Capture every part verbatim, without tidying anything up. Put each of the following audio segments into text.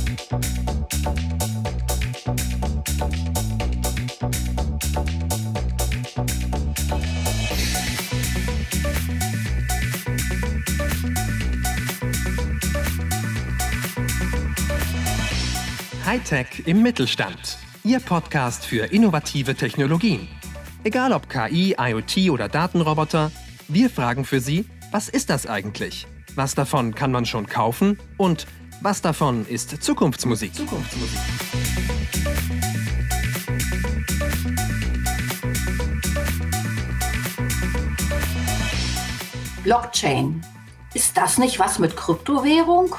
Hightech im Mittelstand. Ihr Podcast für innovative Technologien. Egal ob K I, IoT oder Datenroboter, wir fragen für Sie, was ist das eigentlich? Was davon kann man schon kaufen? Und was davon ist Zukunftsmusik? Zukunftsmusik. Blockchain. Ist das nicht was mit Kryptowährung?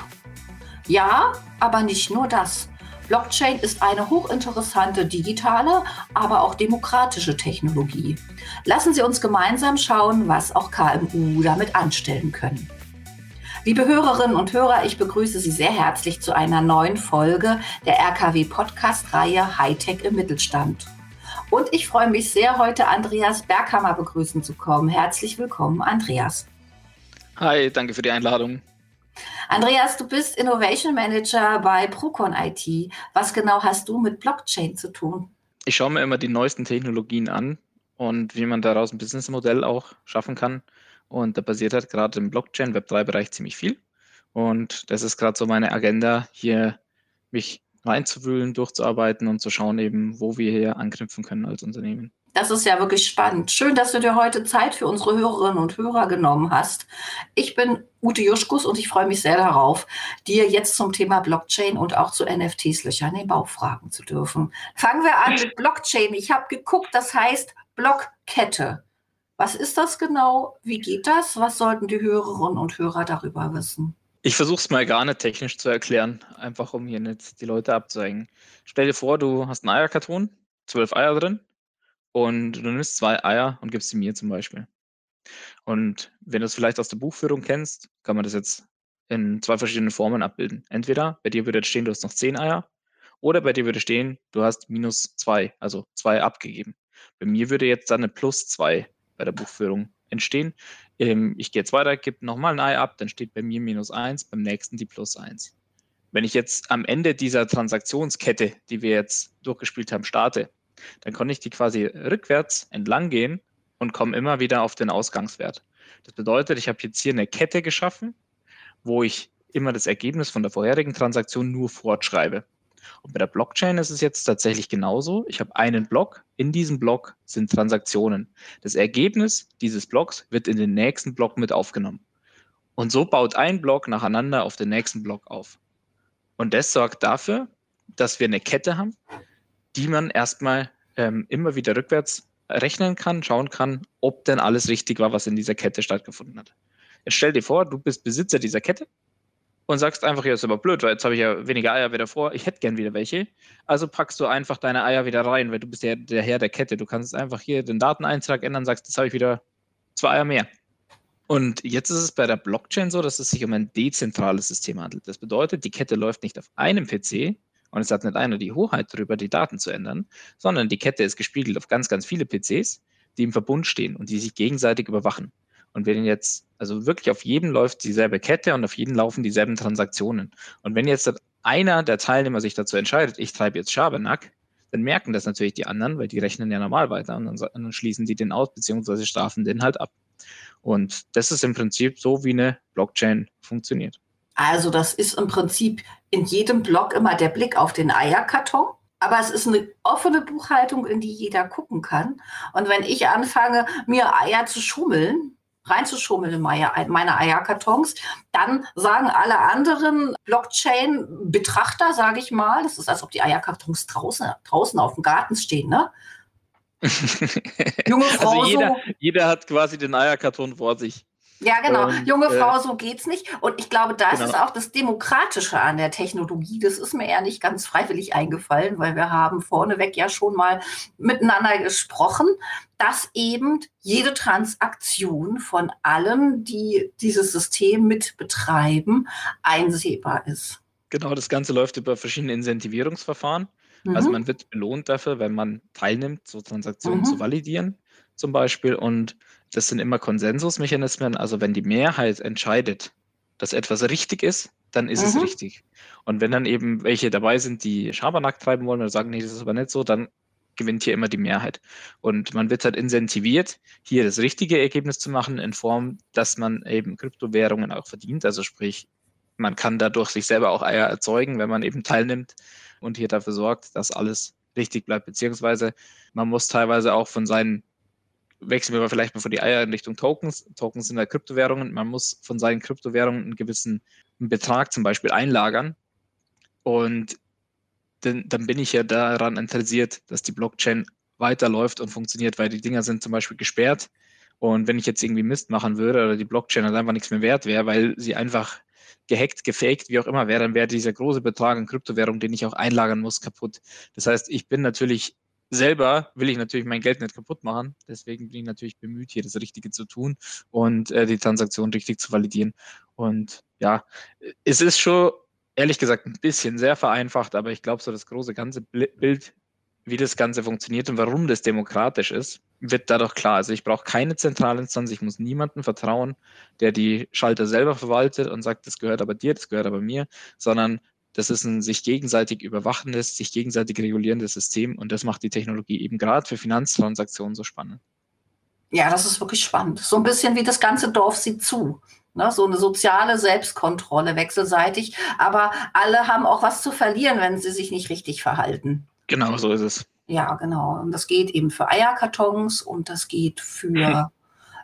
Ja, aber nicht nur das. Blockchain ist eine hochinteressante digitale, aber auch demokratische Technologie. Lassen Sie uns gemeinsam schauen, was auch K M U damit anstellen können. Liebe Hörerinnen und Hörer, ich begrüße Sie sehr herzlich zu einer neuen Folge der R K W-Podcast-Reihe Hightech im Mittelstand. Und ich freue mich sehr, heute Andreas Berghammer begrüßen zu kommen. Herzlich willkommen, Andreas. Hi, danke für die Einladung. Andreas, du bist Innovation Manager bei Procon I T. Was genau hast du mit Blockchain zu tun? Ich schaue mir immer die neuesten Technologien an und wie man daraus ein Businessmodell auch schaffen kann. Und da passiert halt gerade im Blockchain, Web drei Bereich ziemlich viel. Und das ist gerade so meine Agenda, hier mich reinzuwühlen, durchzuarbeiten und zu schauen eben, wo wir hier anknüpfen können als Unternehmen. Das ist ja wirklich spannend. Schön, dass du dir heute Zeit für unsere Hörerinnen und Hörer genommen hast. Ich bin Ute Juschkus und ich freue mich sehr darauf, dir jetzt zum Thema Blockchain und auch zu N F Ts Löcher in den Bauch fragen zu dürfen. Fangen wir an mit Blockchain. Ich habe geguckt, das heißt Blockkette. Was ist das genau? Wie geht das? Was sollten die Hörerinnen und Hörer darüber wissen? Ich versuche es mal gar nicht technisch zu erklären, einfach um hier nicht die Leute abzuhängen. Stell dir vor, du hast einen Eierkarton, zwölf Eier drin. Und du nimmst zwei Eier und gibst sie mir zum Beispiel. Und wenn du es vielleicht aus der Buchführung kennst, kann man das jetzt in zwei verschiedenen Formen abbilden. Entweder bei dir würde jetzt stehen, du hast noch zehn Eier, oder bei dir würde stehen, du hast minus zwei, also zwei abgegeben. Bei mir würde jetzt dann eine plus zwei bei der Buchführung entstehen. Ich gehe jetzt weiter, gebe nochmal ein Ei ab, dann steht bei mir minus eins, beim nächsten die plus eins. Wenn ich jetzt am Ende dieser Transaktionskette, die wir jetzt durchgespielt haben, starte, dann konnte ich die quasi rückwärts entlang gehen und komme immer wieder auf den Ausgangswert. Das bedeutet, ich habe jetzt hier eine Kette geschaffen, wo ich immer das Ergebnis von der vorherigen Transaktion nur fortschreibe. Und bei der Blockchain ist es jetzt tatsächlich genauso. Ich habe einen Block, in diesem Block sind Transaktionen. Das Ergebnis dieses Blocks wird in den nächsten Block mit aufgenommen. Und so baut ein Block nacheinander auf den nächsten Block auf. Und das sorgt dafür, dass wir eine Kette haben, die man erstmal ähm, immer wieder rückwärts rechnen kann, schauen kann, ob denn alles richtig war, was in dieser Kette stattgefunden hat. Jetzt stell dir vor, du bist Besitzer dieser Kette und sagst einfach, ja, ist aber blöd, weil jetzt habe ich ja weniger Eier wieder vor, ich hätte gern wieder welche. Also packst du einfach deine Eier wieder rein, weil du bist ja der Herr der Kette. Du kannst einfach hier den Dateneintrag ändern, sagst, jetzt habe ich wieder zwei Eier mehr. Und jetzt ist es bei der Blockchain so, dass es sich um ein dezentrales System handelt. Das bedeutet, die Kette läuft nicht auf einem P C, und es hat nicht einer die Hoheit darüber, die Daten zu ändern, sondern die Kette ist gespiegelt auf ganz, ganz viele P Cs, die im Verbund stehen und die sich gegenseitig überwachen. Und wenn jetzt, also wirklich auf jedem läuft dieselbe Kette und auf jedem laufen dieselben Transaktionen. Und wenn jetzt einer der Teilnehmer sich dazu entscheidet, ich treibe jetzt Schabernack, dann merken das natürlich die anderen, weil die rechnen ja normal weiter und dann, und dann schließen die den aus, beziehungsweise strafen den halt ab. Und das ist im Prinzip so, wie eine Blockchain funktioniert. Also das ist im Prinzip in jedem Block immer der Blick auf den Eierkarton. Aber es ist eine offene Buchhaltung, in die jeder gucken kann. Und wenn ich anfange, mir Eier zu schummeln, reinzuschummeln in meine, meine Eierkartons, dann sagen alle anderen Blockchain-Betrachter, sage ich mal, das ist, als ob die Eierkartons draußen, draußen auf dem Garten stehen, ne? Junge Frau, also jeder, so, jeder hat quasi den Eierkarton vor sich. Ja, genau. Und, Junge äh, Frau, so geht's nicht. Und ich glaube, das genau. ist auch das Demokratische an der Technologie. Das ist mir eher nicht ganz freiwillig eingefallen, weil wir haben vorneweg ja schon mal miteinander gesprochen, dass eben jede Transaktion von allen, die dieses System mit betreiben, einsehbar ist. Genau, das Ganze läuft über verschiedene Incentivierungsverfahren. Mhm. Also man wird belohnt dafür, wenn man teilnimmt, so Transaktionen Mhm. zu validieren zum Beispiel. Und das sind immer Konsensusmechanismen. Also wenn die Mehrheit entscheidet, dass etwas richtig ist, dann ist es Mhm. richtig. Und wenn dann eben welche dabei sind, die Schabernack treiben wollen oder sagen, nee, das ist aber nicht so, dann gewinnt hier immer die Mehrheit. Und man wird halt incentiviert, hier das richtige Ergebnis zu machen, in Form, dass man eben Kryptowährungen auch verdient. Also sprich, man kann dadurch sich selber auch Eier erzeugen, wenn man eben teilnimmt und hier dafür sorgt, dass alles richtig bleibt. Beziehungsweise man muss teilweise auch von seinen, wechseln wir mal vielleicht mal von die Eier in Richtung Tokens. Tokens sind ja Kryptowährungen. Man muss von seinen Kryptowährungen einen gewissen Betrag zum Beispiel einlagern. Und dann, dann bin ich ja daran interessiert, dass die Blockchain weiterläuft und funktioniert, weil die Dinger sind zum Beispiel gesperrt. Und wenn ich jetzt irgendwie Mist machen würde oder die Blockchain dann einfach nichts mehr wert wäre, weil sie einfach gehackt, gefaked, wie auch immer wäre, dann wäre dieser große Betrag an Kryptowährung, den ich auch einlagern muss, kaputt. Das heißt, ich bin natürlich selber, will ich natürlich mein Geld nicht kaputt machen. Deswegen bin ich natürlich bemüht, hier das Richtige zu tun und äh, die Transaktion richtig zu validieren. Und ja, es ist schon ehrlich gesagt ein bisschen sehr vereinfacht, aber ich glaube, so das große ganze Bild, wie das Ganze funktioniert und warum das demokratisch ist, wird dadurch klar. Also ich brauche keine Zentralinstanz, ich muss niemandem vertrauen, der die Schalter selber verwaltet und sagt, das gehört aber dir, das gehört aber mir, sondern das ist ein sich gegenseitig überwachendes, sich gegenseitig regulierendes System und das macht die Technologie eben gerade für Finanztransaktionen so spannend. Ja, das ist wirklich spannend. So ein bisschen wie das ganze Dorf sieht zu. Ne, so eine soziale Selbstkontrolle wechselseitig. Aber alle haben auch was zu verlieren, wenn sie sich nicht richtig verhalten. Genau, so ist es. Ja, genau. Und das geht eben für Eierkartons und das geht für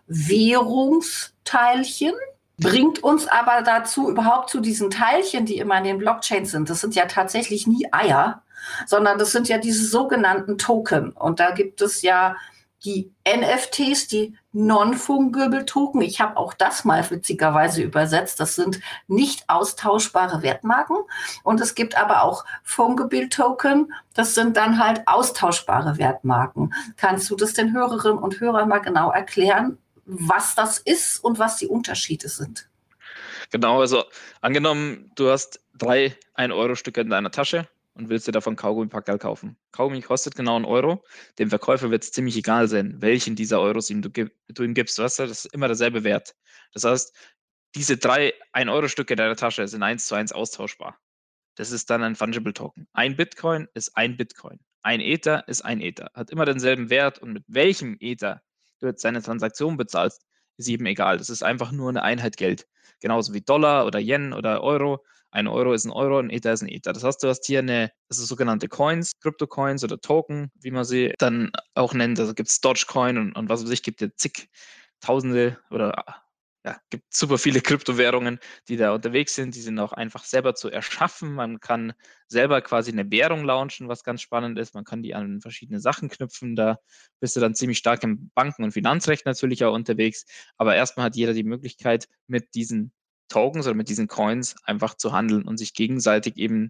Währungsteilchen. Bringt uns aber dazu, überhaupt zu diesen Teilchen, die immer in den Blockchains sind. Das sind ja tatsächlich nie Eier, sondern das sind ja diese sogenannten Token. Und da gibt es ja die N F Ts, die Non-Fungible Token. Ich habe auch das mal witzigerweise übersetzt. Das sind nicht austauschbare Wertmarken. Und es gibt aber auch Fungible Token. Das sind dann halt austauschbare Wertmarken. Kannst du das den Hörerinnen und Hörern mal genau erklären, was das ist und was die Unterschiede sind? Genau, also angenommen, du hast drei ein-Euro-Stücke in deiner Tasche und willst dir davon Kaugummi-Packerl kaufen. Kaugummi kostet genau einen Euro. Dem Verkäufer wird es ziemlich egal sein, welchen dieser Euros ihm du, du ihm gibst. Weißt du, das ist immer derselbe Wert. Das heißt, diese drei ein-Euro-Stücke in deiner Tasche sind eins zu eins austauschbar. Das ist dann ein Fungible Token. Ein Bitcoin ist ein Bitcoin. Ein Ether ist ein Ether. Hat immer denselben Wert und mit welchem Ether du jetzt deine Transaktion bezahlst, ist jedem egal. Das ist einfach nur eine Einheit Geld. Genauso wie Dollar oder Yen oder Euro. Ein Euro ist ein Euro, ein Ether ist ein Ether. Das heißt, du hast hier eine, das ist sogenannte Coins, Crypto-Coins oder Token, wie man sie dann auch nennt. Also gibt es Dogecoin und, und was weiß ich, gibt ja zig Tausende oder ja, gibt super viele Kryptowährungen, die da unterwegs sind. Die sind auch einfach selber zu erschaffen. Man kann selber quasi eine Währung launchen, was ganz spannend ist. Man kann die an verschiedene Sachen knüpfen. Da bist du dann ziemlich stark im Banken- und Finanzrecht natürlich auch unterwegs. Aber erstmal hat jeder die Möglichkeit, mit diesen Tokens oder mit diesen Coins einfach zu handeln und sich gegenseitig eben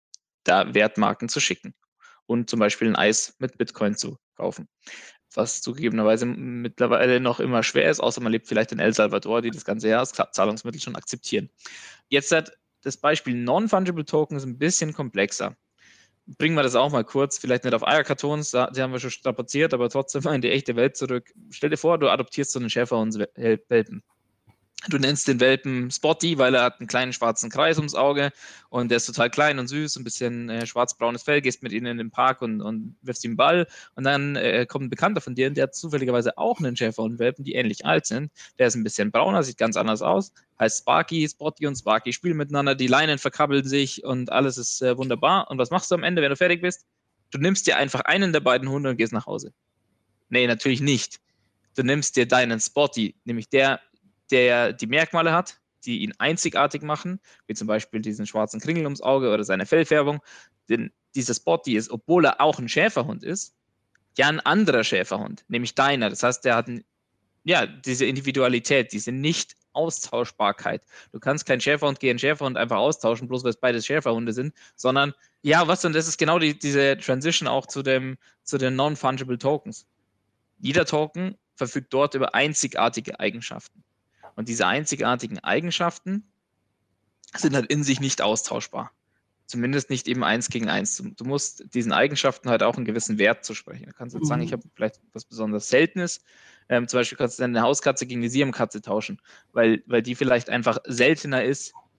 da Wertmarken zu schicken und zum Beispiel ein Eis mit Bitcoin zu kaufen. Was zugegebenerweise mittlerweile noch immer schwer ist, außer man lebt vielleicht in El Salvador, die das ganze Jahr als Zahlungsmittel schon akzeptieren. Jetzt hat das Beispiel Non-Fungible Token ist ein bisschen komplexer. Bringen wir das auch mal kurz, vielleicht nicht auf Eierkartons, die haben wir schon strapaziert, aber trotzdem mal in die echte Welt zurück. Stell dir vor, du adoptierst so einen Schäferhund-Welpen. Du nennst den Welpen Spotty, weil er hat einen kleinen schwarzen Kreis ums Auge und der ist total klein und süß, ein bisschen äh, schwarz-braunes Fell, gehst mit ihm in den Park und, und wirfst ihm einen Ball und dann äh, kommt ein Bekannter von dir und der hat zufälligerweise auch einen Schäferhund-Welpen, die ähnlich alt sind. Der ist ein bisschen brauner, sieht ganz anders aus, heißt Sparky, Spotty und Sparky spielen miteinander, die Leinen verkabbeln sich und alles ist äh, wunderbar. Und was machst du am Ende, wenn du fertig bist? Du nimmst dir einfach einen der beiden Hunde und gehst nach Hause. Nee, natürlich nicht. Du nimmst dir deinen Spotty, nämlich der, der die Merkmale hat, die ihn einzigartig machen, wie zum Beispiel diesen schwarzen Kringel ums Auge oder seine Fellfärbung. Denn dieser Spotty ist, obwohl er auch ein Schäferhund ist, ja ein anderer Schäferhund, nämlich deiner. Das heißt, der hat ein, ja, diese Individualität, diese Nicht-Austauschbarkeit. Du kannst kein Schäferhund gegen Schäferhund einfach austauschen, bloß weil es beides Schäferhunde sind, sondern, ja, was denn, das ist genau die, diese Transition auch zu, dem, zu den Non-Fungible Tokens. Jeder Token verfügt dort über einzigartige Eigenschaften. Und diese einzigartigen Eigenschaften sind halt in sich nicht austauschbar. Zumindest nicht eben eins gegen eins. Du musst diesen Eigenschaften halt auch einen gewissen Wert zusprechen. Du kannst jetzt sagen, ich habe vielleicht was besonders Seltenes. Ähm, zum Beispiel kannst du deine Hauskatze gegen eine Siamkatze tauschen, weil, weil die vielleicht einfach seltener ist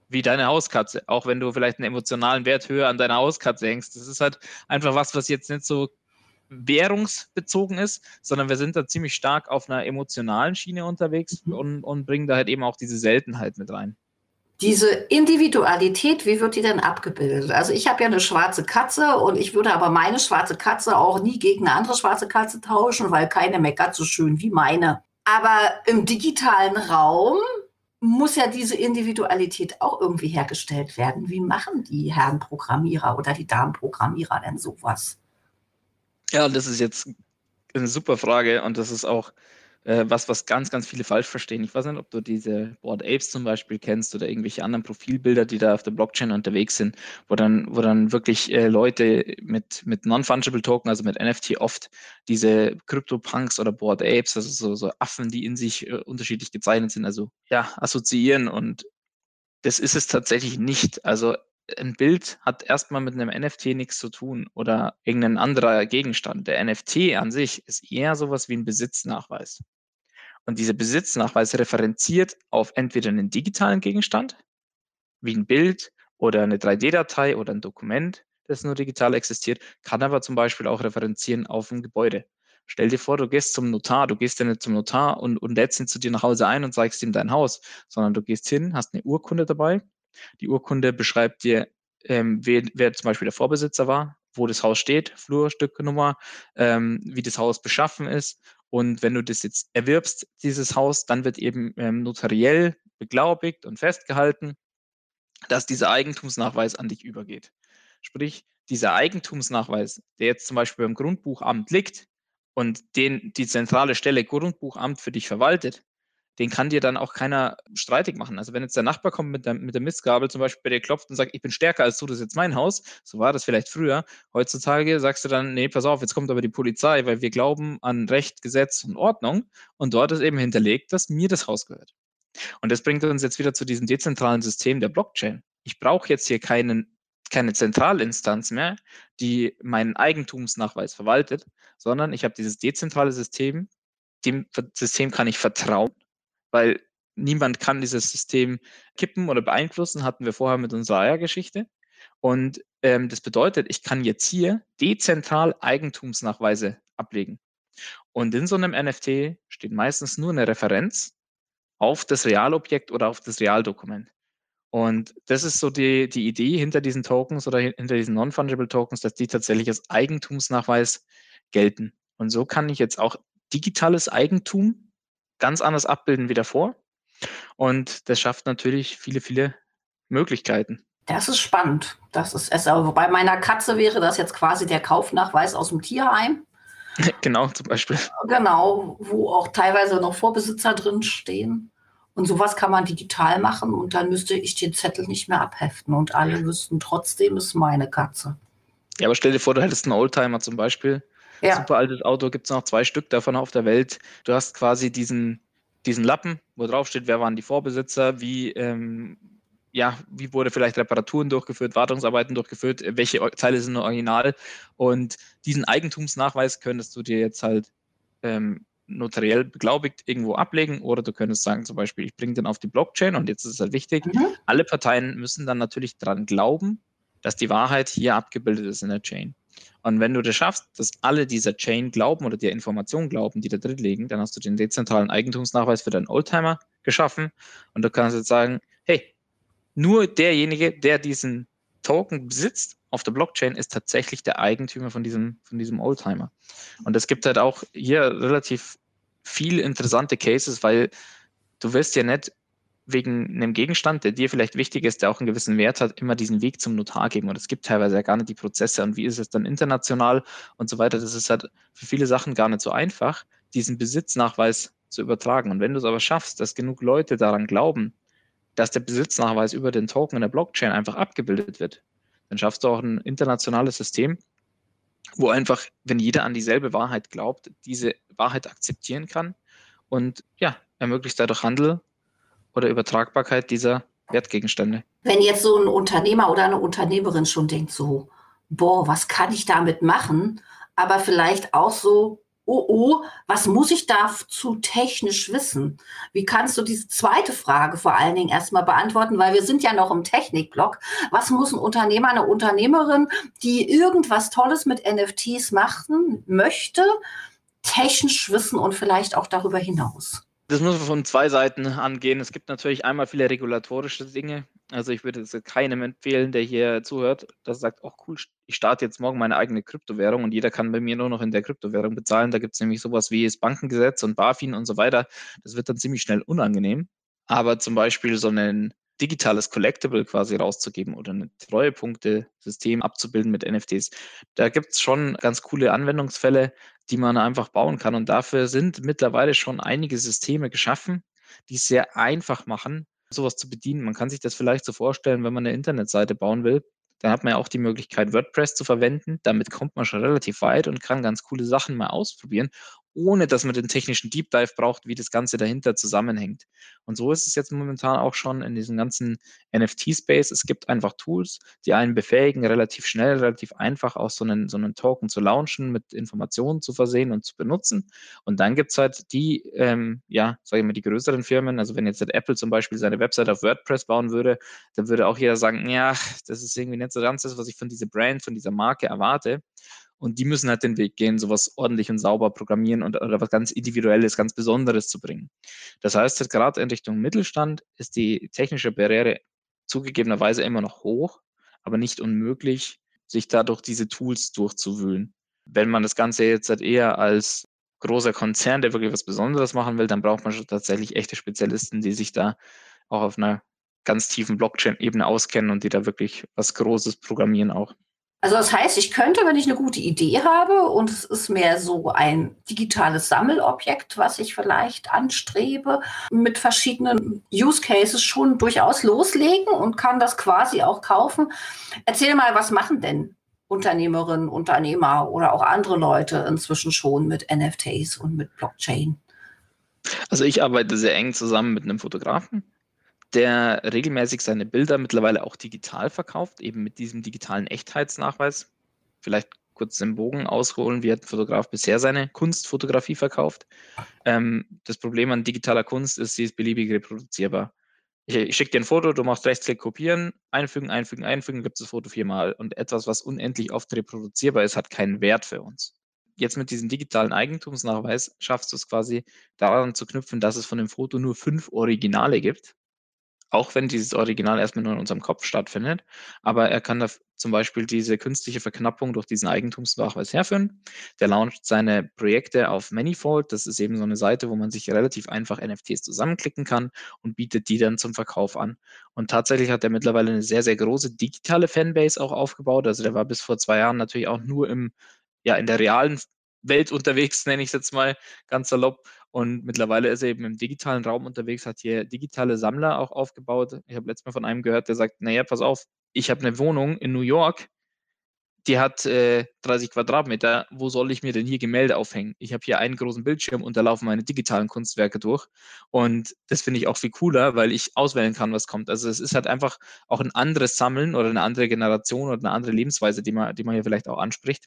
wie deine Hauskatze, auch wenn du vielleicht einen emotionalen Wert höher an deiner Hauskatze hängst. Das ist halt einfach was, was jetzt nicht so währungsbezogen ist, sondern wir sind da ziemlich stark auf einer emotionalen Schiene unterwegs Mhm. und, und bringen da halt eben auch diese Seltenheit mit rein. Diese Individualität, wie wird die denn abgebildet? Also ich habe ja eine schwarze Katze und ich würde aber meine schwarze Katze auch nie gegen eine andere schwarze Katze tauschen, weil keine meckert so schön wie meine. Aber im digitalen Raum muss ja diese Individualität auch irgendwie hergestellt werden. Wie machen die Herren Programmierer oder die Damen Programmierer denn sowas? Ja, das ist jetzt eine super Frage und das ist auch äh, was, was ganz, ganz viele falsch verstehen. Ich weiß nicht, ob du diese Bored Apes zum Beispiel kennst oder irgendwelche anderen Profilbilder, die da auf der Blockchain unterwegs sind, wo dann, wo dann wirklich äh, Leute mit, mit Non-Fungible Token, also mit N F T oft diese CryptoPunks oder Bored Apes, also so, so Affen, die in sich äh, unterschiedlich gezeichnet sind, also ja, assoziieren und das ist es tatsächlich nicht. Also ein Bild hat erstmal mit einem N F T nichts zu tun oder irgendein anderer Gegenstand. Der N F T an sich ist eher sowas wie ein Besitznachweis. Und dieser Besitznachweis referenziert auf entweder einen digitalen Gegenstand, wie ein Bild oder eine drei D-Datei oder ein Dokument, das nur digital existiert, kann aber zum Beispiel auch referenzieren auf ein Gebäude. Stell dir vor, du gehst zum Notar, du gehst ja nicht zum Notar und, und lädst ihn zu dir nach Hause ein und zeigst ihm dein Haus, sondern du gehst hin, hast eine Urkunde dabei. Die Urkunde beschreibt dir, ähm, wer, wer zum Beispiel der Vorbesitzer war, wo das Haus steht, Flur, Stücknummer, ähm, wie das Haus beschaffen ist. Und wenn du das jetzt erwirbst, dieses Haus, dann wird eben ähm, notariell beglaubigt und festgehalten, dass dieser Eigentumsnachweis an dich übergeht. Sprich, dieser Eigentumsnachweis, der jetzt zum Beispiel beim Grundbuchamt liegt und den die zentrale Stelle Grundbuchamt für dich verwaltet, den kann dir dann auch keiner streitig machen. Also wenn jetzt der Nachbar kommt mit der, mit der Mistgabel zum Beispiel bei dir klopft und sagt, ich bin stärker als du, das ist jetzt mein Haus, so war das vielleicht früher. Heutzutage sagst du dann, nee, pass auf, jetzt kommt aber die Polizei, weil wir glauben an Recht, Gesetz und Ordnung und dort ist eben hinterlegt, dass mir das Haus gehört. Und das bringt uns jetzt wieder zu diesem dezentralen System der Blockchain. Ich brauche jetzt hier keinen, keine Zentralinstanz mehr, die meinen Eigentumsnachweis verwaltet, sondern ich habe dieses dezentrale System. Dem System kann ich vertrauen, weil niemand kann dieses System kippen oder beeinflussen, hatten wir vorher mit unserer Eiergeschichte. Und ähm, das bedeutet, ich kann jetzt hier dezentral Eigentumsnachweise ablegen. Und in so einem N F T steht meistens nur eine Referenz auf das Realobjekt oder auf das Realdokument. Und das ist so die, die Idee hinter diesen Tokens oder hinter diesen Non-Fungible Tokens, dass die tatsächlich als Eigentumsnachweis gelten. Und so kann ich jetzt auch digitales Eigentum ganz anders abbilden wie davor. Und das schafft natürlich viele, viele Möglichkeiten. Das ist spannend. Das ist es. Aber bei meiner Katze wäre das jetzt quasi der Kaufnachweis aus dem Tierheim. Genau, zum Beispiel. Genau, wo auch teilweise noch Vorbesitzer drin stehen. Und sowas kann man digital machen und dann müsste ich den Zettel nicht mehr abheften und alle wüssten, trotzdem ist meine Katze. Ja, aber stell dir vor, du hättest einen Oldtimer zum Beispiel. Ja. Super altes Auto, gibt es noch zwei Stück davon auf der Welt. Du hast quasi diesen, diesen Lappen, wo drauf steht, wer waren die Vorbesitzer, wie, ähm, ja, wie wurde vielleicht Reparaturen durchgeführt, Wartungsarbeiten durchgeführt, welche Teile sind original. Und diesen Eigentumsnachweis könntest du dir jetzt halt ähm, notariell beglaubigt irgendwo ablegen oder du könntest sagen zum Beispiel, ich bringe den auf die Blockchain und jetzt ist es halt wichtig, Mhm. alle Parteien müssen dann natürlich daran glauben, dass die Wahrheit hier abgebildet ist in der Chain. Und wenn du das schaffst, dass alle dieser Chain glauben oder der Information glauben, die da drin liegen, dann hast du den dezentralen Eigentumsnachweis für deinen Oldtimer geschaffen und du kannst jetzt sagen, hey, nur derjenige, der diesen Token besitzt auf der Blockchain, ist tatsächlich der Eigentümer von diesem, von diesem Oldtimer. Und es gibt halt auch hier relativ viele interessante Cases, weil du wirst ja nicht wegen einem Gegenstand, der dir vielleicht wichtig ist, der auch einen gewissen Wert hat, immer diesen Weg zum Notar geben. Und es gibt teilweise ja gar nicht die Prozesse. Und wie ist es dann international und so weiter? Das ist halt für viele Sachen gar nicht so einfach, diesen Besitznachweis zu übertragen. Und wenn du es aber schaffst, dass genug Leute daran glauben, dass der Besitznachweis über den Token in der Blockchain einfach abgebildet wird, dann schaffst du auch ein internationales System, wo einfach, wenn jeder an dieselbe Wahrheit glaubt, diese Wahrheit akzeptieren kann und ja, ermöglicht dadurch Handel oder Übertragbarkeit dieser Wertgegenstände. Wenn jetzt so ein Unternehmer oder eine Unternehmerin schon denkt so, boah, was kann ich damit machen? Aber vielleicht auch so, oh, oh, was muss ich dazu technisch wissen? Wie kannst du diese zweite Frage vor allen Dingen erstmal beantworten? Weil wir sind ja noch im Technikblock. Was muss ein Unternehmer, eine Unternehmerin, die irgendwas Tolles mit N F Ts machen möchte, technisch wissen und vielleicht auch darüber hinaus? Das muss man von zwei Seiten angehen. Es gibt natürlich einmal viele regulatorische Dinge. Also ich würde es keinem empfehlen, der hier zuhört, der sagt, oh cool, ich starte jetzt morgen meine eigene Kryptowährung und jeder kann bei mir nur noch in der Kryptowährung bezahlen. Da gibt es nämlich sowas wie das Bankengesetz und BaFin und so weiter. Das wird dann ziemlich schnell unangenehm. Aber zum Beispiel so ein digitales Collectible quasi rauszugeben oder ein Treuepunktesystem abzubilden mit N F Ts, da gibt es schon ganz coole Anwendungsfälle, die man einfach bauen kann. Und dafür sind mittlerweile schon einige Systeme geschaffen, die es sehr einfach machen, sowas zu bedienen. Man kann sich das vielleicht so vorstellen, wenn man eine Internetseite bauen will, dann hat man ja auch die Möglichkeit, WordPress zu verwenden. Damit kommt man schon relativ weit und kann ganz coole Sachen mal ausprobieren, ohne dass man den technischen Deep Dive braucht, wie das Ganze dahinter zusammenhängt. Und so ist es jetzt momentan auch schon in diesem ganzen N F T-Space. Es gibt einfach Tools, die einen befähigen, relativ schnell, relativ einfach auch so einen, so einen Token zu launchen, mit Informationen zu versehen und zu benutzen. Und dann gibt es halt die, ähm, ja, sage ich mal, die größeren Firmen. Also wenn jetzt halt Apple zum Beispiel seine Website auf WordPress bauen würde, dann würde auch jeder sagen, ja, das ist irgendwie nicht so ganz das, was ich von dieser Brand, von dieser Marke erwarte. Und die müssen halt den Weg gehen, sowas ordentlich und sauber programmieren und oder was ganz Individuelles, ganz Besonderes zu bringen. Das heißt, halt gerade in Richtung Mittelstand ist die technische Barriere zugegebenerweise immer noch hoch, aber nicht unmöglich, sich dadurch diese Tools durchzuwühlen. Wenn man das Ganze jetzt halt eher als großer Konzern, der wirklich was Besonderes machen will, dann braucht man schon tatsächlich echte Spezialisten, die sich da auch auf einer ganz tiefen Blockchain-Ebene auskennen und die da wirklich was Großes programmieren auch. Also das heißt, ich könnte, wenn ich eine gute Idee habe und es ist mehr so ein digitales Sammelobjekt, was ich vielleicht anstrebe, mit verschiedenen Use Cases schon durchaus loslegen und kann das quasi auch kaufen. Erzähl mal, was machen denn Unternehmerinnen, Unternehmer oder auch andere Leute inzwischen schon mit N F Ts und mit Blockchain? Also ich arbeite sehr eng zusammen mit einem Fotografen, der regelmäßig seine Bilder mittlerweile auch digital verkauft, eben mit diesem digitalen Echtheitsnachweis. Vielleicht kurz den Bogen ausholen, wie hat ein Fotograf bisher seine Kunstfotografie verkauft. Ähm, das Problem an digitaler Kunst ist, sie ist beliebig reproduzierbar. Ich, ich schicke dir ein Foto, du machst Rechtsklick kopieren, einfügen, einfügen, einfügen, gibt es das Foto viermal. Und etwas, was unendlich oft reproduzierbar ist, hat keinen Wert für uns. Jetzt mit diesem digitalen Eigentumsnachweis schaffst du es quasi daran zu knüpfen, dass es von dem Foto nur fünf Originale gibt. Auch wenn dieses Original erstmal nur in unserem Kopf stattfindet. Aber er kann da zum Beispiel diese künstliche Verknappung durch diesen Eigentumsnachweis herführen. Der launcht seine Projekte auf Manifold. Das ist eben so eine Seite, wo man sich relativ einfach N F Ts zusammenklicken kann und bietet die dann zum Verkauf an. Und tatsächlich hat er mittlerweile eine sehr, sehr große digitale Fanbase auch aufgebaut. Also der war bis vor zwei Jahren natürlich auch nur im, ja, in der realen Welt unterwegs, nenne ich es jetzt mal ganz salopp. Und mittlerweile ist er eben im digitalen Raum unterwegs, hat hier digitale Sammler auch aufgebaut. Ich habe letztes Mal von einem gehört, der sagt, naja, pass auf, ich habe eine Wohnung in New York, die hat äh, dreißig Quadratmeter, wo soll ich mir denn hier Gemälde aufhängen? Ich habe hier einen großen Bildschirm und da laufen meine digitalen Kunstwerke durch. Und das finde ich auch viel cooler, weil ich auswählen kann, was kommt. Also es ist halt einfach auch ein anderes Sammeln oder eine andere Generation oder eine andere Lebensweise, die man, die man hier vielleicht auch anspricht.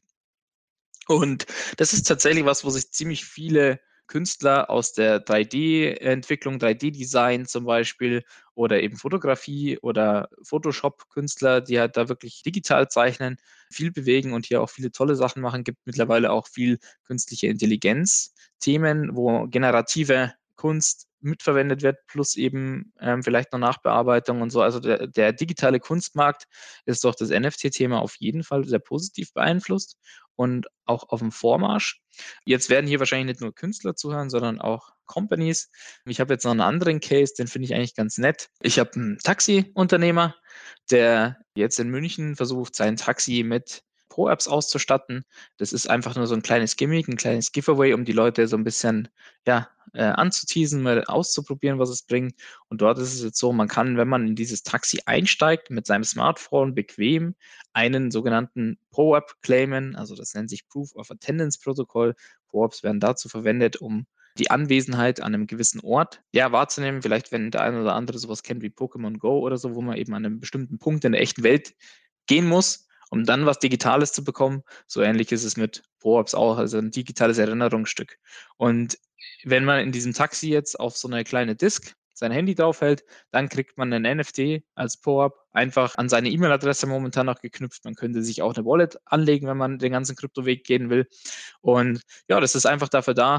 Und das ist tatsächlich was, wo sich ziemlich viele Künstler aus der drei D-Entwicklung, drei D-Design zum Beispiel oder eben Fotografie oder Photoshop-Künstler, die halt da wirklich digital zeichnen, viel bewegen und hier auch viele tolle Sachen machen. Gibt mittlerweile auch viel künstliche Intelligenz-Themen, wo generative Kunst mitverwendet wird, plus eben ähm, vielleicht noch Nachbearbeitung und so. Also der, der digitale Kunstmarkt ist durch das N F T-Thema auf jeden Fall sehr positiv beeinflusst und auch auf dem Vormarsch. Jetzt werden hier wahrscheinlich nicht nur Künstler zuhören, sondern auch Companies. Ich habe jetzt noch einen anderen Case, den finde ich eigentlich ganz nett. Ich habe einen Taxi-Unternehmer, der jetzt in München versucht, sein Taxi mit Pro-Apps auszustatten. Das ist einfach nur so ein kleines Gimmick, ein kleines Giveaway, um die Leute so ein bisschen ja, äh, anzuteasen, mal auszuprobieren, was es bringt. Und dort ist es jetzt so, man kann, wenn man in dieses Taxi einsteigt, mit seinem Smartphone bequem einen sogenannten Pro-App claimen. Also das nennt sich Proof of Attendance Protocol. Pro-Apps werden dazu verwendet, um die Anwesenheit an einem gewissen Ort ja, wahrzunehmen. Vielleicht, wenn der eine oder andere sowas kennt wie Pokémon Go oder so, wo man eben an einem bestimmten Punkt in der echten Welt gehen muss, um dann was Digitales zu bekommen. So ähnlich ist es mit PowerUps auch, also ein digitales Erinnerungsstück. Und wenn man in diesem Taxi jetzt auf so eine kleine Disk sein Handy draufhält, dann kriegt man einen N F T als PowerUp einfach an seine E-Mail-Adresse momentan noch geknüpft. Man könnte sich auch eine Wallet anlegen, wenn man den ganzen Kryptoweg gehen will. Und ja, das ist einfach dafür da,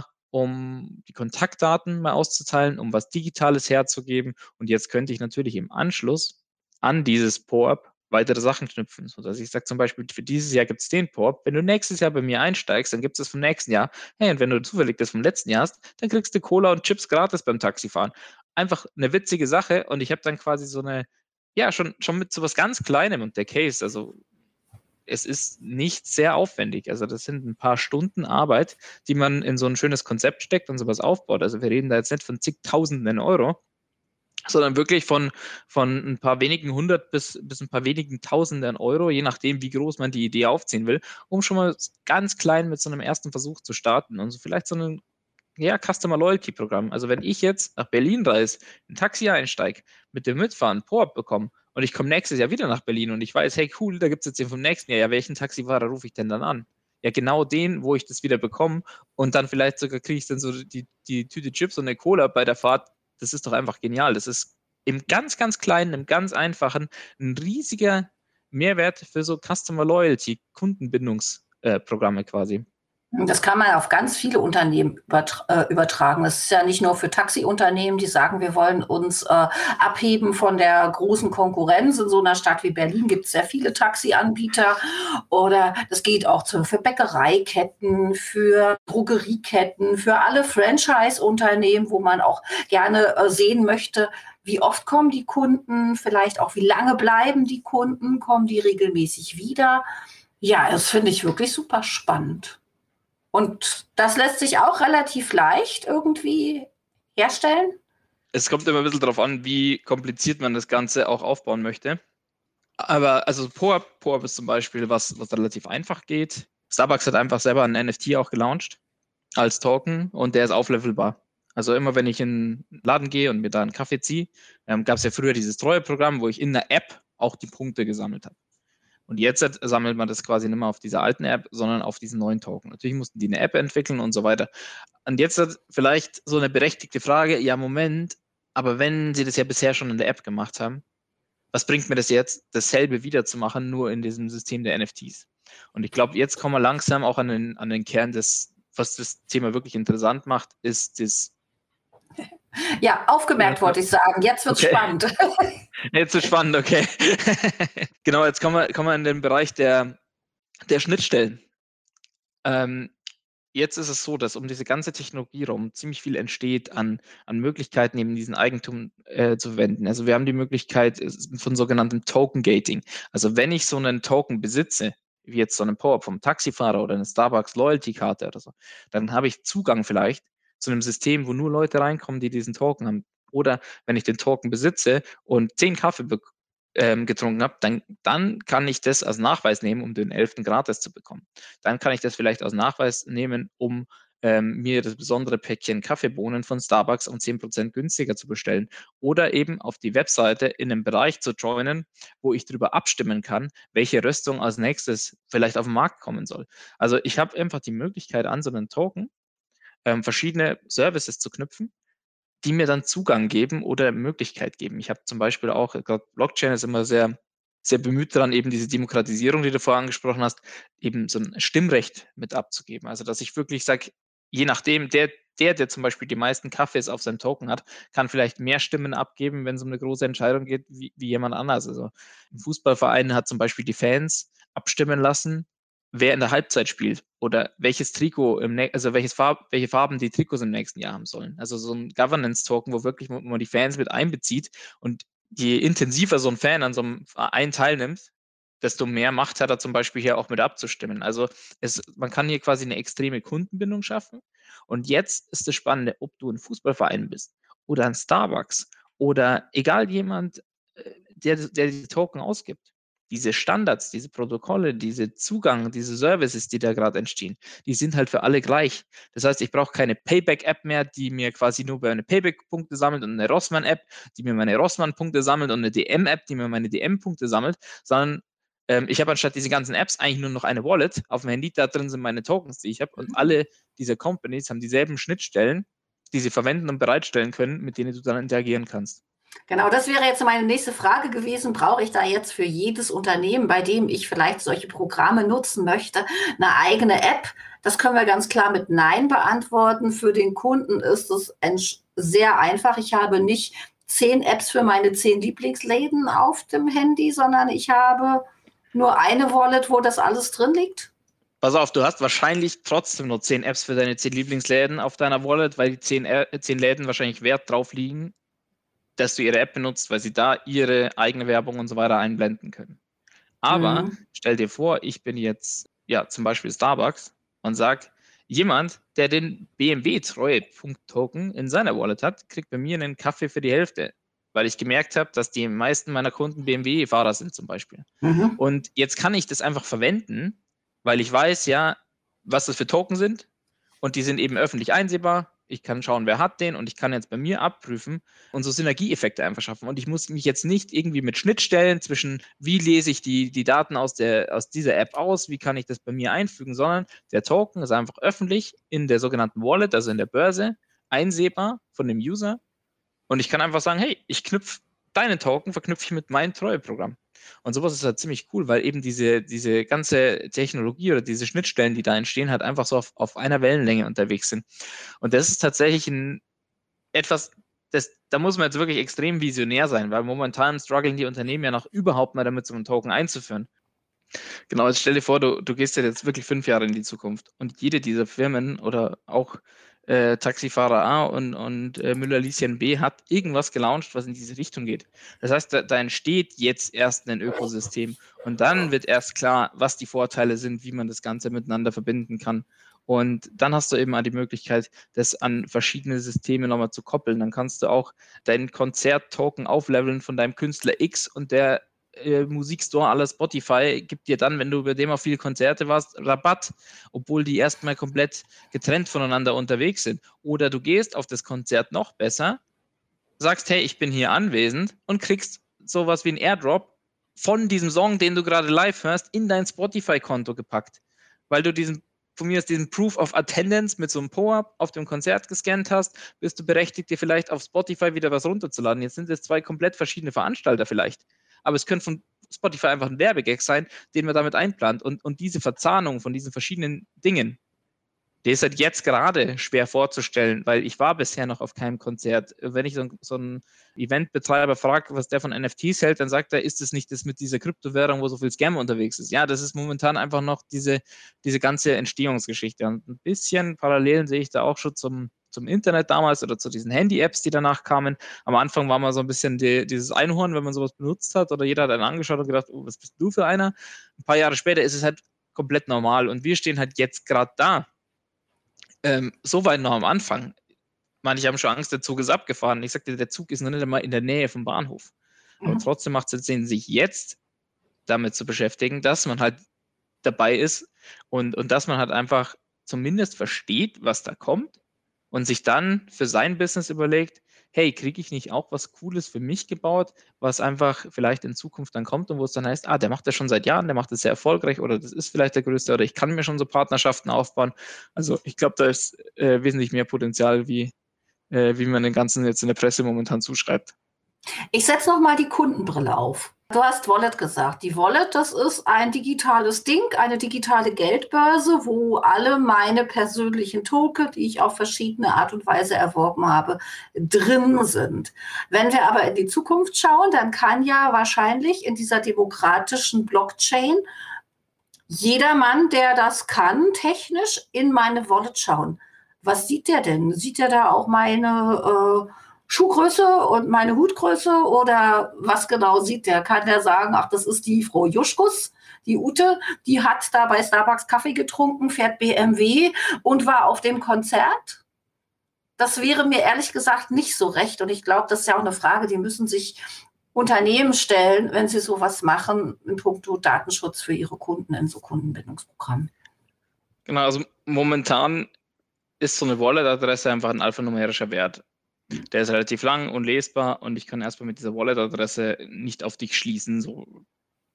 um die Kontaktdaten mal auszuteilen, um was Digitales herzugeben. Und jetzt könnte ich natürlich im Anschluss an dieses PowerUp weitere Sachen knüpfen, sodass ich sage zum Beispiel, für dieses Jahr gibt es den PowerUp. Wenn du nächstes Jahr bei mir einsteigst, dann gibt es das vom nächsten Jahr. Hey, und wenn du zufällig das vom letzten Jahr hast, dann kriegst du Cola und Chips gratis beim Taxifahren. Einfach eine witzige Sache und ich habe dann quasi so eine, ja, schon, schon mit so was ganz Kleinem und der Case, also es ist nicht sehr aufwendig. Also das sind ein paar Stunden Arbeit, die man in so ein schönes Konzept steckt und sowas aufbaut. Also wir reden da jetzt nicht von zigtausenden Euro, sondern wirklich von, von ein paar wenigen hundert bis, bis ein paar wenigen Tausenden Euro, je nachdem, wie groß man die Idee aufziehen will, um schon mal ganz klein mit so einem ersten Versuch zu starten und so vielleicht so ein ja, Customer Loyalty Programm. Also wenn ich jetzt nach Berlin reise, ein Taxi einsteige, mit dem Mitfahren PowerUp bekomme und ich komme nächstes Jahr wieder nach Berlin und ich weiß, hey cool, da gibt es jetzt den vom nächsten Jahr. Ja, welchen Taxifahrer rufe ich denn dann an? Ja, genau den, wo ich das wieder bekomme und dann vielleicht sogar kriege ich dann so die, die Tüte Chips und eine Cola bei der Fahrt. Das ist doch einfach genial. Das ist im ganz, ganz kleinen, im ganz einfachen, ein riesiger Mehrwert für so Customer Loyalty, Kundenbindungsprogramme äh, quasi. Das kann man auf ganz viele Unternehmen übertragen. Das ist ja nicht nur für Taxiunternehmen, die sagen, wir wollen uns äh, abheben von der großen Konkurrenz. In so einer Stadt wie Berlin gibt es sehr viele Taxianbieter. Oder das geht auch zu, für Bäckereiketten, für Drogerieketten, für alle Franchise-Unternehmen, wo man auch gerne äh, sehen möchte, wie oft kommen die Kunden, vielleicht auch wie lange bleiben die Kunden, kommen die regelmäßig wieder. Ja, das finde ich wirklich super spannend. Und das lässt sich auch relativ leicht irgendwie herstellen? Es kommt immer ein bisschen darauf an, wie kompliziert man das Ganze auch aufbauen möchte. Aber also PowerUp, PowerUp ist zum Beispiel was, was relativ einfach geht. Starbucks hat einfach selber einen N F T auch gelauncht als Token und der ist auflevelbar. Also immer wenn ich in den Laden gehe und mir da einen Kaffee ziehe, ähm, gab es ja früher dieses Treueprogramm, wo ich in der App auch die Punkte gesammelt habe. Und jetzt sammelt man das quasi nicht mehr auf dieser alten App, sondern auf diesen neuen Token. Natürlich mussten die eine App entwickeln und so weiter. Und jetzt hat vielleicht so eine berechtigte Frage, ja Moment, aber wenn sie das ja bisher schon in der App gemacht haben, was bringt mir das jetzt, dasselbe wieder zu machen, nur in diesem System der N F Ts? Und ich glaube, jetzt kommen wir langsam auch an den, an den Kern des, was das Thema wirklich interessant macht, ist das. Ja, aufgemerkt wollte ich sagen. Jetzt wird es okay. spannend. Jetzt wird es spannend, okay. Genau, jetzt kommen wir, kommen wir in den Bereich der, der Schnittstellen. Ähm, jetzt ist es so, dass um diese ganze Technologie rum ziemlich viel entsteht an, an Möglichkeiten, eben diesen Eigentum äh, zu verwenden. Also wir haben die Möglichkeit von sogenanntem Token Gating. Also wenn ich so einen Token besitze, wie jetzt so einen PowerUp vom Taxifahrer oder eine Starbucks Loyalty-Karte oder so, dann habe ich Zugang vielleicht zu einem System, wo nur Leute reinkommen, die diesen Token haben. Oder wenn ich den Token besitze und zehn Kaffee be- ähm, getrunken habe, dann, dann kann ich das als Nachweis nehmen, um den elften gratis zu bekommen. Dann kann ich das vielleicht als Nachweis nehmen, um ähm, mir das besondere Päckchen Kaffeebohnen von Starbucks um zehn Prozent günstiger zu bestellen. Oder eben auf die Webseite in einem Bereich zu joinen, wo ich darüber abstimmen kann, welche Röstung als nächstes vielleicht auf den Markt kommen soll. Also ich habe einfach die Möglichkeit, an so einen Token ähm, verschiedene Services zu knüpfen, die mir dann Zugang geben oder Möglichkeit geben. Ich habe zum Beispiel auch, gerade Blockchain ist immer sehr, sehr bemüht daran, eben diese Demokratisierung, die du vorher angesprochen hast, eben so ein Stimmrecht mit abzugeben. Also dass ich wirklich sage, je nachdem, der, der, der zum Beispiel die meisten Kaffees auf seinem Token hat, kann vielleicht mehr Stimmen abgeben, wenn es um eine große Entscheidung geht, wie, wie jemand anders. Also im Fußballverein hat zum Beispiel die Fans abstimmen lassen, wer in der Halbzeit spielt oder welches Trikot, im also welches Farb, welche Farben die Trikots im nächsten Jahr haben sollen. Also so ein Governance-Token, wo wirklich wo man die Fans mit einbezieht und je intensiver so ein Fan an so einem Verein teilnimmt, desto mehr Macht hat er zum Beispiel hier auch mit abzustimmen. Also es, man kann hier quasi eine extreme Kundenbindung schaffen. Und jetzt ist das Spannende, ob du ein Fußballverein bist oder ein Starbucks oder egal jemand, der, der die Token ausgibt. Diese Standards, diese Protokolle, diese Zugang, diese Services, die da gerade entstehen, die sind halt für alle gleich. Das heißt, ich brauche keine Payback-App mehr, die mir quasi nur meine Payback-Punkte sammelt und eine Rossmann-App, die mir meine Rossmann-Punkte sammelt und eine D M-App, die mir meine D M-Punkte sammelt, sondern ähm, ich habe anstatt diese ganzen Apps eigentlich nur noch eine Wallet auf dem Handy, da drin sind meine Tokens, die ich habe und alle diese Companies haben dieselben Schnittstellen, die sie verwenden und bereitstellen können, mit denen du dann interagieren kannst. Genau, das wäre jetzt meine nächste Frage gewesen. Brauche ich da jetzt für jedes Unternehmen, bei dem ich vielleicht solche Programme nutzen möchte, eine eigene App? Das können wir ganz klar mit Nein beantworten. Für den Kunden ist es sehr einfach. Ich habe nicht zehn Apps für meine zehn Lieblingsläden auf dem Handy, sondern ich habe nur eine Wallet, wo das alles drin liegt. Pass auf, du hast wahrscheinlich trotzdem nur zehn Apps für deine zehn Lieblingsläden auf deiner Wallet, weil die zehn, zehn Läden wahrscheinlich Wert drauf liegen, dass du ihre App benutzt, weil sie da ihre eigene Werbung und so weiter einblenden können. Aber mhm. stell dir vor, ich bin jetzt ja zum Beispiel Starbucks und sag, jemand, der den B M W-Treue-Punkt-Token in seiner Wallet hat, kriegt bei mir einen Kaffee für die Hälfte, weil ich gemerkt habe, dass die meisten meiner Kunden B M W-Fahrer sind zum Beispiel. Mhm. Und jetzt kann ich das einfach verwenden, weil ich weiß ja, was das für Token sind und die sind eben öffentlich einsehbar. Ich kann schauen, wer hat den und ich kann jetzt bei mir abprüfen und so Synergieeffekte einfach schaffen. Und ich muss mich jetzt nicht irgendwie mit Schnittstellen zwischen, wie lese ich die, die Daten aus, der, aus dieser App aus, wie kann ich das bei mir einfügen, sondern der Token ist einfach öffentlich in der sogenannten Wallet, also in der Börse, einsehbar von dem User. Und ich kann einfach sagen, hey, ich knüpfe deinen Token, verknüpfe ich mit meinem Treueprogramm. Und sowas ist halt ziemlich cool, weil eben diese, diese ganze Technologie oder diese Schnittstellen, die da entstehen, halt einfach so auf, auf einer Wellenlänge unterwegs sind. Und das ist tatsächlich ein etwas, das, da muss man jetzt wirklich extrem visionär sein, weil momentan strugglen die Unternehmen ja noch überhaupt mal damit, so einen Token einzuführen. Genau, jetzt stell dir vor, du, du gehst ja jetzt wirklich fünf Jahre in die Zukunft und jede dieser Firmen oder auch äh, Taxifahrer A und, und äh, Müller-Lieschen B hat irgendwas gelauncht, was in diese Richtung geht. Das heißt, da, da entsteht jetzt erst ein Ökosystem und dann wird erst klar, was die Vorteile sind, wie man das Ganze miteinander verbinden kann. Und dann hast du eben auch die Möglichkeit, das an verschiedene Systeme nochmal zu koppeln. Dann kannst du auch deinen Konzert-Token aufleveln von deinem Künstler X und der Musikstore aller Spotify gibt dir dann, wenn du über dem auf viele Konzerte warst, Rabatt, obwohl die erstmal komplett getrennt voneinander unterwegs sind. Oder du gehst auf das Konzert noch besser, sagst, hey, ich bin hier anwesend und kriegst sowas wie ein Airdrop von diesem Song, den du gerade live hörst, in dein Spotify-Konto gepackt, weil du diesen von mir aus diesen Proof of Attendance mit so einem P O A P auf dem Konzert gescannt hast, bist du berechtigt, dir vielleicht auf Spotify wieder was runterzuladen. Jetzt sind es zwei komplett verschiedene Veranstalter vielleicht. Aber es könnte von Spotify einfach ein Werbegag sein, den man damit einplant. Und, und diese Verzahnung von diesen verschiedenen Dingen, die ist halt jetzt gerade schwer vorzustellen, weil ich war bisher noch auf keinem Konzert. Wenn ich so, so einen Eventbetreiber frage, was der von N F Ts hält, dann sagt er, ist es nicht das mit dieser Kryptowährung, wo so viel Scam unterwegs ist? Ja, das ist momentan einfach noch diese, diese ganze Entstehungsgeschichte. Und ein bisschen Parallelen sehe ich da auch schon zum zum Internet damals oder zu diesen Handy-Apps, die danach kamen. Am Anfang war mal so ein bisschen die, dieses Einhorn, wenn man sowas benutzt hat oder jeder hat einen angeschaut und gedacht, oh, was bist du für einer? Ein paar Jahre später ist es halt komplett normal und wir stehen halt jetzt gerade da. Ähm, so weit noch am Anfang. Manche haben schon Angst, der Zug ist abgefahren. Ich sagte, der Zug ist noch nicht einmal in der Nähe vom Bahnhof. Mhm. Aber trotzdem macht es Sinn, sich jetzt damit zu beschäftigen, dass man halt dabei ist und, und dass man halt einfach zumindest versteht, was da kommt und sich dann für sein Business überlegt, hey, kriege ich nicht auch was Cooles für mich gebaut, was einfach vielleicht in Zukunft dann kommt und wo es dann heißt, ah, der macht das schon seit Jahren, der macht das sehr erfolgreich oder das ist vielleicht der größte oder ich kann mir schon so Partnerschaften aufbauen. Also ich glaube, da ist äh, wesentlich mehr Potenzial, wie, äh, wie man den Ganzen jetzt in der Presse momentan zuschreibt. Ich setze nochmal die Kundenbrille auf. Du hast Wallet gesagt. Die Wallet, das ist ein digitales Ding, eine digitale Geldbörse, wo alle meine persönlichen Token, die ich auf verschiedene Art und Weise erworben habe, drin sind. Wenn wir aber in die Zukunft schauen, dann kann ja wahrscheinlich in dieser demokratischen Blockchain jedermann, der das kann, technisch in meine Wallet schauen. Was sieht der denn? Sieht er da auch meine äh, Schuhgröße und meine Hutgröße oder was genau sieht der? Kann der sagen, ach, das ist die Frau Juschkus, die Ute, die hat da bei Starbucks Kaffee getrunken, fährt B M W und war auf dem Konzert? Das wäre mir ehrlich gesagt nicht so recht und ich glaube, das ist ja auch eine Frage, die müssen sich Unternehmen stellen, wenn sie sowas machen in puncto Datenschutz für ihre Kunden in so Kundenbindungsprogrammen. Genau, also momentan ist so eine Wallet-Adresse einfach ein alphanumerischer Wert. Der ist relativ lang und lesbar und ich kann erstmal mit dieser Wallet-Adresse nicht auf dich schließen. So.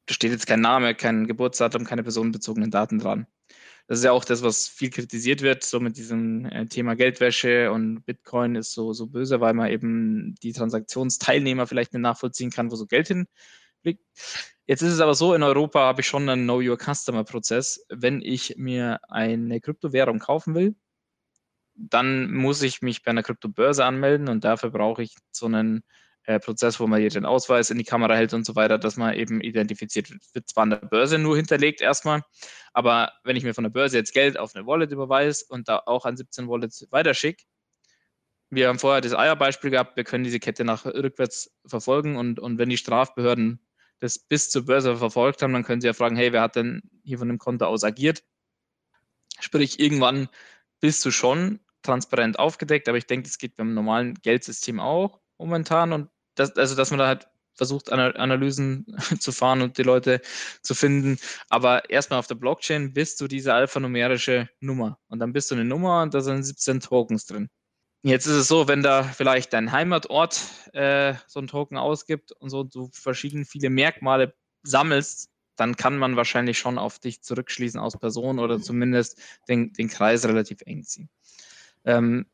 da steht jetzt kein Name, kein Geburtsdatum, keine personenbezogenen Daten dran. Das ist ja auch das, was viel kritisiert wird, so mit diesem äh, Thema Geldwäsche, und Bitcoin ist so, so böse, weil man eben die Transaktionsteilnehmer vielleicht nicht nachvollziehen kann, wo so Geld hinfliegt. Jetzt ist es aber so, in Europa habe ich schon einen Know-Your-Customer-Prozess. Wenn ich mir eine Kryptowährung kaufen will, dann muss ich mich bei einer Kryptobörse anmelden, und dafür brauche ich so einen äh, Prozess, wo man hier den Ausweis in die Kamera hält und so weiter, dass man eben identifiziert wird. Wird zwar an der Börse nur hinterlegt erstmal, aber wenn ich mir von der Börse jetzt Geld auf eine Wallet überweise und da auch an siebzehn Wallets weiterschicke, wir haben vorher das Eierbeispiel gehabt, wir können diese Kette nach rückwärts verfolgen, und, und wenn die Strafbehörden das bis zur Börse verfolgt haben, dann können sie ja fragen, hey, wer hat denn hier von dem Konto aus agiert? Sprich, irgendwann bist du schon transparent aufgedeckt, aber ich denke, das geht beim normalen Geldsystem auch momentan, und das, also dass man da halt versucht, Analysen zu fahren und die Leute zu finden. Aber erstmal auf der Blockchain bist du diese alphanumerische Nummer, und dann bist du eine Nummer und da sind siebzehn Tokens drin. Jetzt ist es so, wenn da vielleicht dein Heimatort äh, so einen Token ausgibt und so du verschiedene viele Merkmale sammelst, dann kann man wahrscheinlich schon auf dich zurückschließen aus Person oder zumindest den, den Kreis relativ eng ziehen. Ähm,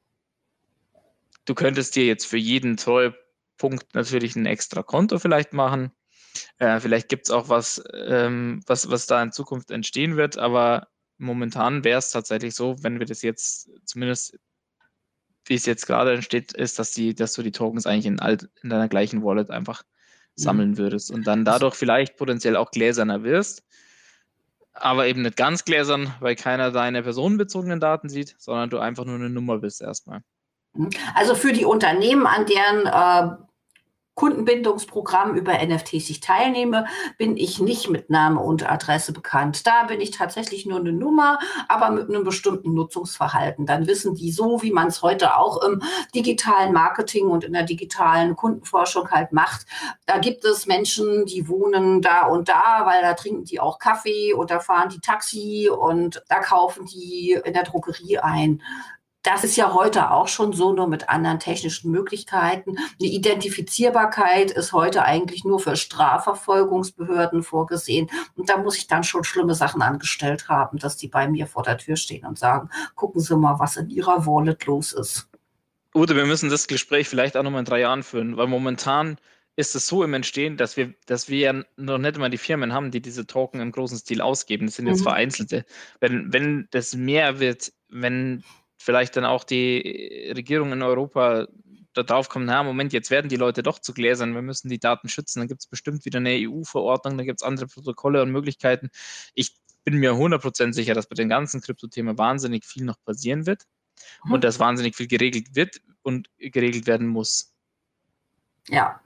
du könntest dir jetzt für jeden Treuepunkt natürlich ein extra Konto vielleicht machen. Äh, vielleicht gibt es auch was, ähm, was, was da in Zukunft entstehen wird, aber momentan wäre es tatsächlich so, wenn wir das jetzt zumindest, wie es jetzt gerade entsteht, ist, dass, die, dass du die Tokens eigentlich in, alt, in deiner gleichen Wallet einfach sammeln würdest und dann dadurch vielleicht potenziell auch gläserner wirst, aber eben nicht ganz gläsern, weil keiner deine personenbezogenen Daten sieht, sondern du einfach nur eine Nummer bist erstmal. Also für die Unternehmen, an deren äh, Kundenbindungsprogramm über N F Ts ich teilnehme, bin ich nicht mit Name und Adresse bekannt. Da bin ich tatsächlich nur eine Nummer, aber mit einem bestimmten Nutzungsverhalten. Dann wissen die so, wie man es heute auch im digitalen Marketing und in der digitalen Kundenforschung halt macht. Da gibt es Menschen, die wohnen da und da, weil da trinken die auch Kaffee und da fahren die Taxi und da kaufen die in der Drogerie ein. Das ist ja heute auch schon so, nur mit anderen technischen Möglichkeiten. Die Identifizierbarkeit ist heute eigentlich nur für Strafverfolgungsbehörden vorgesehen. Und da muss ich dann schon schlimme Sachen angestellt haben, dass die bei mir vor der Tür stehen und sagen, gucken Sie mal, was in Ihrer Wallet los ist. Ute, wir müssen das Gespräch vielleicht auch nochmal in drei Jahren führen, weil momentan ist es so im Entstehen, dass wir, dass wir ja noch nicht mal die Firmen haben, die diese Token im großen Stil ausgeben. Das sind jetzt mhm. vereinzelte. Wenn, wenn das mehr wird, wenn vielleicht dann auch die Regierung in Europa da drauf kommt, na Moment, jetzt werden die Leute doch zu Gläsern, wir müssen die Daten schützen, dann gibt es bestimmt wieder eine E U-Verordnung, dann gibt es andere Protokolle und Möglichkeiten. Ich bin mir hundert Prozent sicher, dass bei dem ganzen Kryptothema wahnsinnig viel noch passieren wird mhm. und dass wahnsinnig viel geregelt wird und geregelt werden muss. Ja.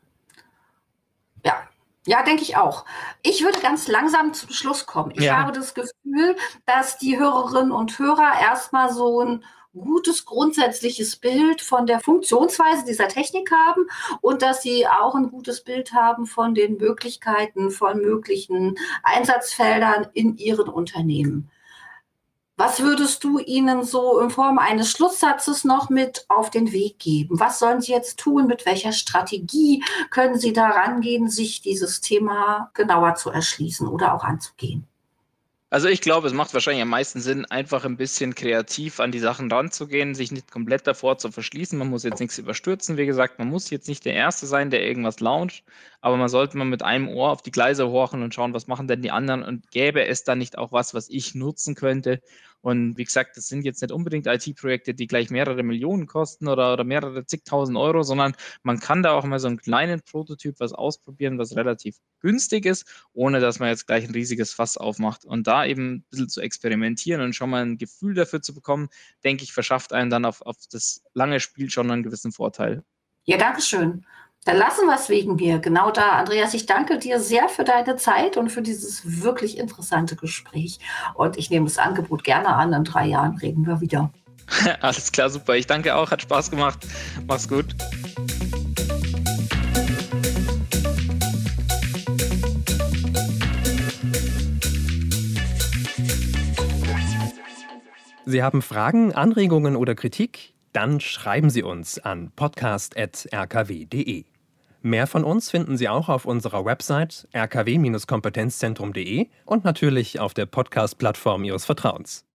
Ja. Ja, denke ich auch. Ich würde ganz langsam zum Schluss kommen. Ich ja. habe das Gefühl, dass die Hörerinnen und Hörer erstmal so ein gutes grundsätzliches Bild von der Funktionsweise dieser Technik haben und dass sie auch ein gutes Bild haben von den Möglichkeiten, von möglichen Einsatzfeldern in ihren Unternehmen. Was würdest du ihnen so in Form eines Schlusssatzes noch mit auf den Weg geben? Was sollen sie jetzt tun? Mit welcher Strategie können sie da rangehen, sich dieses Thema genauer zu erschließen oder auch anzugehen? Also ich glaube, es macht wahrscheinlich am meisten Sinn, einfach ein bisschen kreativ an die Sachen ranzugehen, sich nicht komplett davor zu verschließen. Man muss jetzt nichts überstürzen. Wie gesagt, man muss jetzt nicht der Erste sein, der irgendwas launcht, aber man sollte mal mit einem Ohr auf die Gleise horchen und schauen, was machen denn die anderen und gäbe es da nicht auch was, was ich nutzen könnte. Und wie gesagt, das sind jetzt nicht unbedingt I T-Projekte, die gleich mehrere Millionen kosten oder, oder mehrere zigtausend Euro, sondern man kann da auch mal so einen kleinen Prototyp was ausprobieren, was relativ günstig ist, ohne dass man jetzt gleich ein riesiges Fass aufmacht. Und da eben ein bisschen zu experimentieren und schon mal ein Gefühl dafür zu bekommen, denke ich, verschafft einen dann auf, auf das lange Spiel schon einen gewissen Vorteil. Ja, danke schön. Dann lassen wir es wegen mir. Genau da, Andreas, ich danke dir sehr für deine Zeit und für dieses wirklich interessante Gespräch. Und ich nehme das Angebot gerne an. In drei Jahren reden wir wieder. Alles klar, super. Ich danke auch. Hat Spaß gemacht. Mach's gut. Sie haben Fragen, Anregungen oder Kritik? Dann schreiben Sie uns an podcast punkt r k w punkt d e. Mehr von uns finden Sie auch auf unserer Website r k w Bindestrich kompetenzzentrum punkt d e und natürlich auf der Podcast-Plattform Ihres Vertrauens.